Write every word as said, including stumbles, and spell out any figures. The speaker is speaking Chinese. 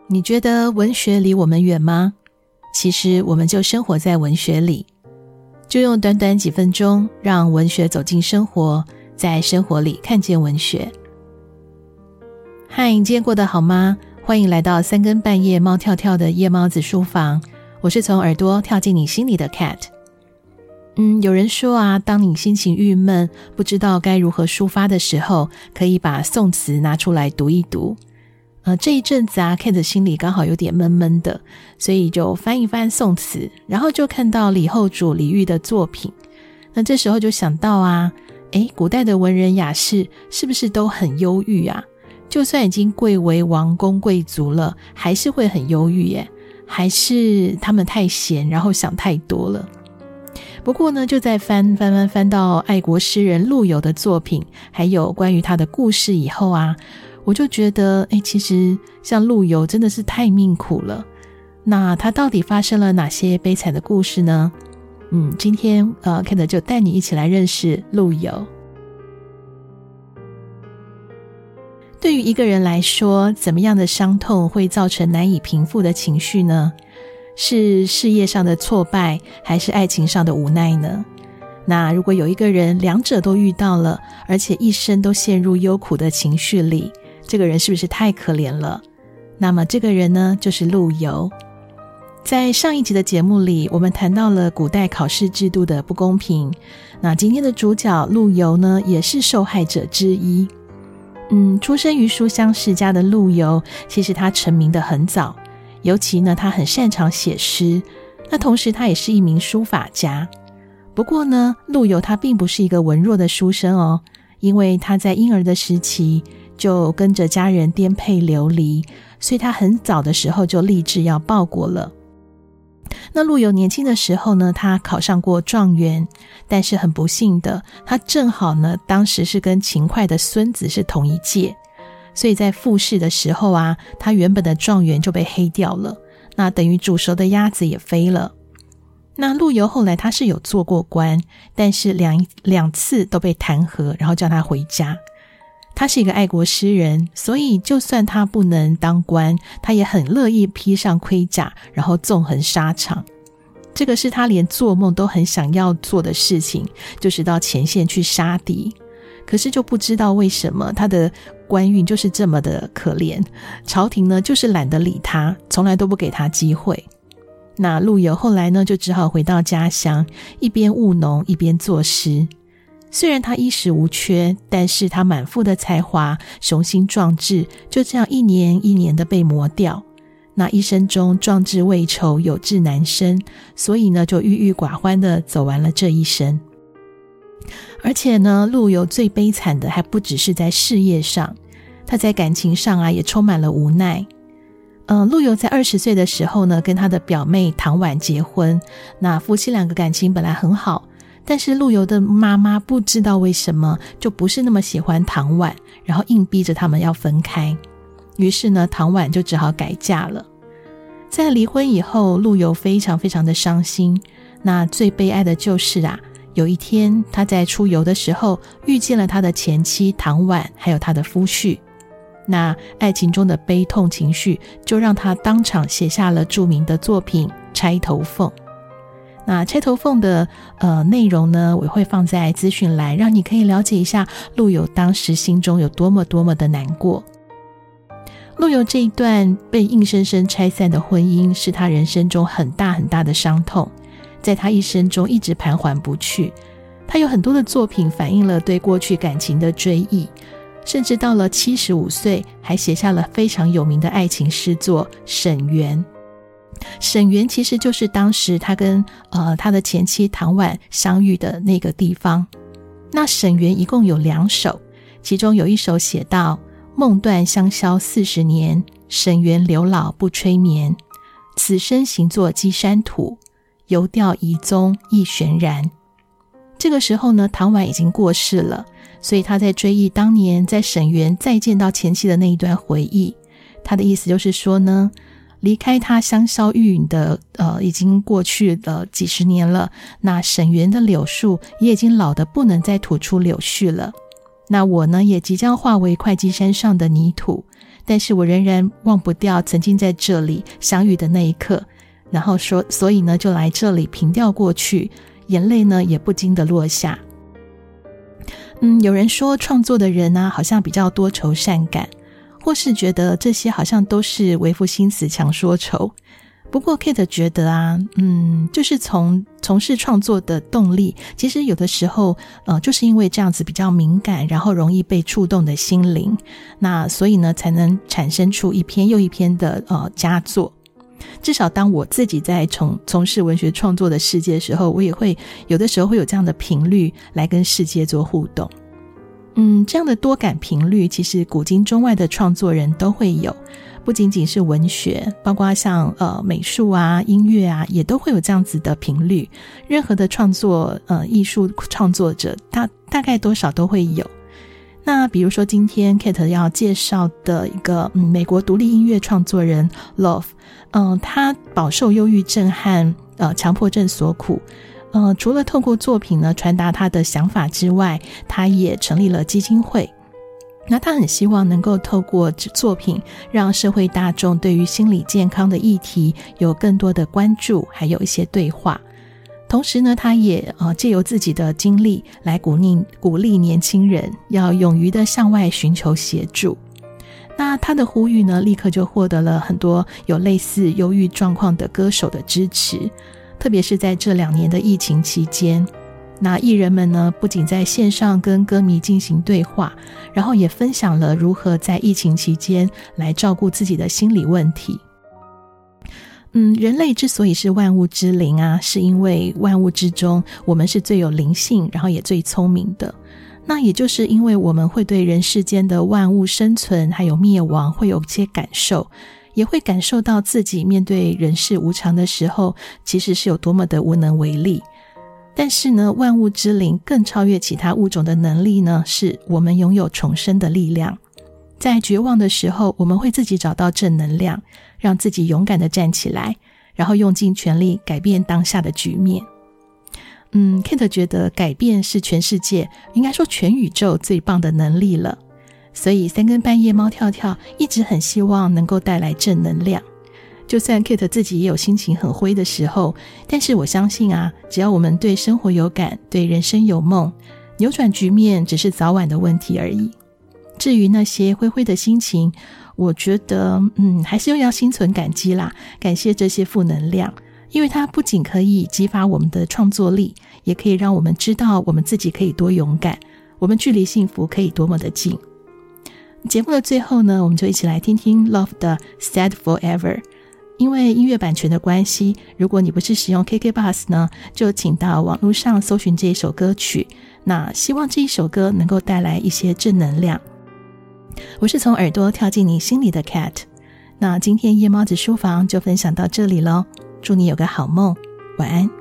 你觉得文学离我们远吗？其实我们就生活在文学里，就用短短几分钟让文学走进生活，在生活里看见文学。嗨，你今天过得好吗？欢迎来到三更半夜猫跳跳的夜猫子书房，我是从耳朵跳进你心里的 Cat。 嗯，有人说啊，当你心情郁闷，不知道该如何抒发的时候，可以把宋词拿出来读一读。呃，这一阵子啊 Cat 心里刚好有点闷闷的，所以就翻一翻宋词，然后就看到李后主李煜的作品。那这时候就想到啊，诶，古代的文人雅士是不是都很忧郁啊？就算已经贵为王公贵族了，还是会很忧郁耶？还是他们太闲，然后想太多了？不过呢，就在翻翻翻翻到爱国诗人陆游的作品，还有关于他的故事以后啊，我就觉得，诶，其实像陆游真的是太命苦了。那他到底发生了哪些悲惨的故事呢？嗯，今天呃 Kat 就带你一起来认识陆游。对于一个人来说，怎么样的伤痛会造成难以平复的情绪呢？是事业上的挫败，还是爱情上的无奈呢？那如果有一个人两者都遇到了，而且一生都陷入忧苦的情绪里，这个人是不是太可怜了？那么这个人呢，就是陆游。在上一集的节目里，我们谈到了古代考试制度的不公平，那今天的主角陆游呢，也是受害者之一。嗯，出生于书香世家的陆游，其实他成名的很早，尤其呢，他很擅长写诗，那同时他也是一名书法家。不过呢，陆游他并不是一个文弱的书生哦，因为他在婴儿的时期就跟着家人颠沛流离，所以他很早的时候就立志要报国了。那陆游年轻的时候呢，他考上过状元，但是很不幸的，他正好呢当时是跟秦桧的孙子是同一届，所以在复试的时候啊，他原本的状元就被黑掉了，那等于煮熟的鸭子也飞了。那陆游后来他是有做过官，但是两两次都被弹劾，然后叫他回家。他是一个爱国诗人，所以就算他不能当官，他也很乐意披上盔甲，然后纵横沙场。这个是他连做梦都很想要做的事情，就是到前线去杀敌。可是就不知道为什么他的官运就是这么的可怜，朝廷呢就是懒得理他，从来都不给他机会。那陆游后来呢，就只好回到家乡，一边务农一边作诗。虽然他衣食无缺，但是他满腹的才华，雄心壮志，就这样一年一年的被磨掉。那一生中壮志未酬，有志难伸，所以呢就郁郁寡欢的走完了这一生。而且呢，陆游最悲惨的还不只是在事业上，他在感情上啊也充满了无奈。嗯，陆游在二十岁的时候呢，跟他的表妹唐婉结婚，那夫妻两个感情本来很好，但是陆游的妈妈不知道为什么就不是那么喜欢唐婉，然后硬逼着他们要分开。于是呢，唐婉就只好改嫁了。在离婚以后，陆游非常非常的伤心。那最悲哀的就是啊，有一天他在出游的时候遇见了他的前妻唐婉，还有他的夫婿。那爱情中的悲痛情绪就让他当场写下了著名的作品《钗头凤》。那《钗头凤》的呃内容呢，我会放在资讯栏，让你可以了解一下陆游当时心中有多么多么的难过。陆游这一段被硬生生拆散的婚姻，是他人生中很大很大的伤痛，在他一生中一直盘桓不去。他有很多的作品反映了对过去感情的追忆，甚至到了七十五岁还写下了非常有名的爱情诗作《沈园》。沈园其实就是当时他跟呃他的前妻唐婉相遇的那个地方。那沈园一共有两首，其中有一首写道：梦断香消四十年，沈园柳老不吹眠。此生行作稽山土，游钓遗踪亦悬然。这个时候呢，唐婉已经过世了，所以他在追忆当年在沈园再见到前妻的那一段回忆。他的意思就是说呢，离开他香消玉殒的呃，已经过去了几十年了，那沈园的柳树也已经老得不能再吐出柳絮了。那我呢，也即将化为会稽山上的泥土， 但是我仍然忘不掉曾经在这里相遇的那一刻，然后说，所以呢就来这里凭吊过去，眼泪呢也不禁的落下。嗯，有人说创作的人啊好像比较多愁善感，或是觉得这些好像都是为赋新词强说愁。不过 Kate 觉得啊，嗯，就是从从事创作的动力，其实有的时候呃，就是因为这样子比较敏感，然后容易被触动的心灵，那所以呢才能产生出一篇又一篇的呃佳作。至少当我自己在从从事文学创作的世界的时候，我也会有的时候会有这样的频率来跟世界做互动。嗯，这样的多感频率其实古今中外的创作人都会有，不仅仅是文学，包括像呃美术啊、音乐啊，也都会有这样子的频率。任何的创作呃艺术创作者，他大概多少都会有。那比如说今天 Kate 要介绍的一个、嗯、美国独立音乐创作人 Love， 嗯、呃，他饱受忧郁症和呃强迫症所苦。呃，除了透过作品呢传达他的想法之外，他也成立了基金会。那他很希望能够透过作品让社会大众对于心理健康的议题有更多的关注，还有一些对话。同时呢，他也呃借由自己的经历来鼓励鼓励年轻人要勇于的向外寻求协助。那他的呼吁呢，立刻就获得了很多有类似忧郁状况的歌手的支持。特别是在这两年的疫情期间，那艺人们呢不仅在线上跟歌迷进行对话，然后也分享了如何在疫情期间来照顾自己的心理问题。嗯，人类之所以是万物之灵啊，是因为万物之中我们是最有灵性，然后也最聪明的。那也就是因为我们会对人世间的万物生存还有灭亡会有些感受，也会感受到自己面对人世无常的时候，其实是有多么的无能为力。但是呢，万物之灵更超越其他物种的能力呢，是我们拥有重生的力量。在绝望的时候，我们会自己找到正能量，让自己勇敢地站起来，然后用尽全力改变当下的局面。嗯 Kate 觉得改变是全世界，应该说全宇宙最棒的能力了。所以三更半夜猫跳跳一直很希望能够带来正能量。就算 Kate 自己也有心情很灰的时候，但是我相信啊，只要我们对生活有感，对人生有梦，扭转局面只是早晚的问题而已。至于那些灰灰的心情，我觉得嗯，还是又要心存感激啦，感谢这些负能量，因为它不仅可以激发我们的创作力，也可以让我们知道我们自己可以多勇敢，我们距离幸福可以多么的近。节目的最后呢，我们就一起来听听 Love 的 Sad Forever。 因为音乐版权的关系，如果你不是使用 K K B O X 呢，就请到网络上搜寻这一首歌曲，那希望这一首歌能够带来一些正能量。我是从耳朵跳进你心里的 Cat， 那今天夜猫子书房就分享到这里咯，祝你有个好梦，晚安。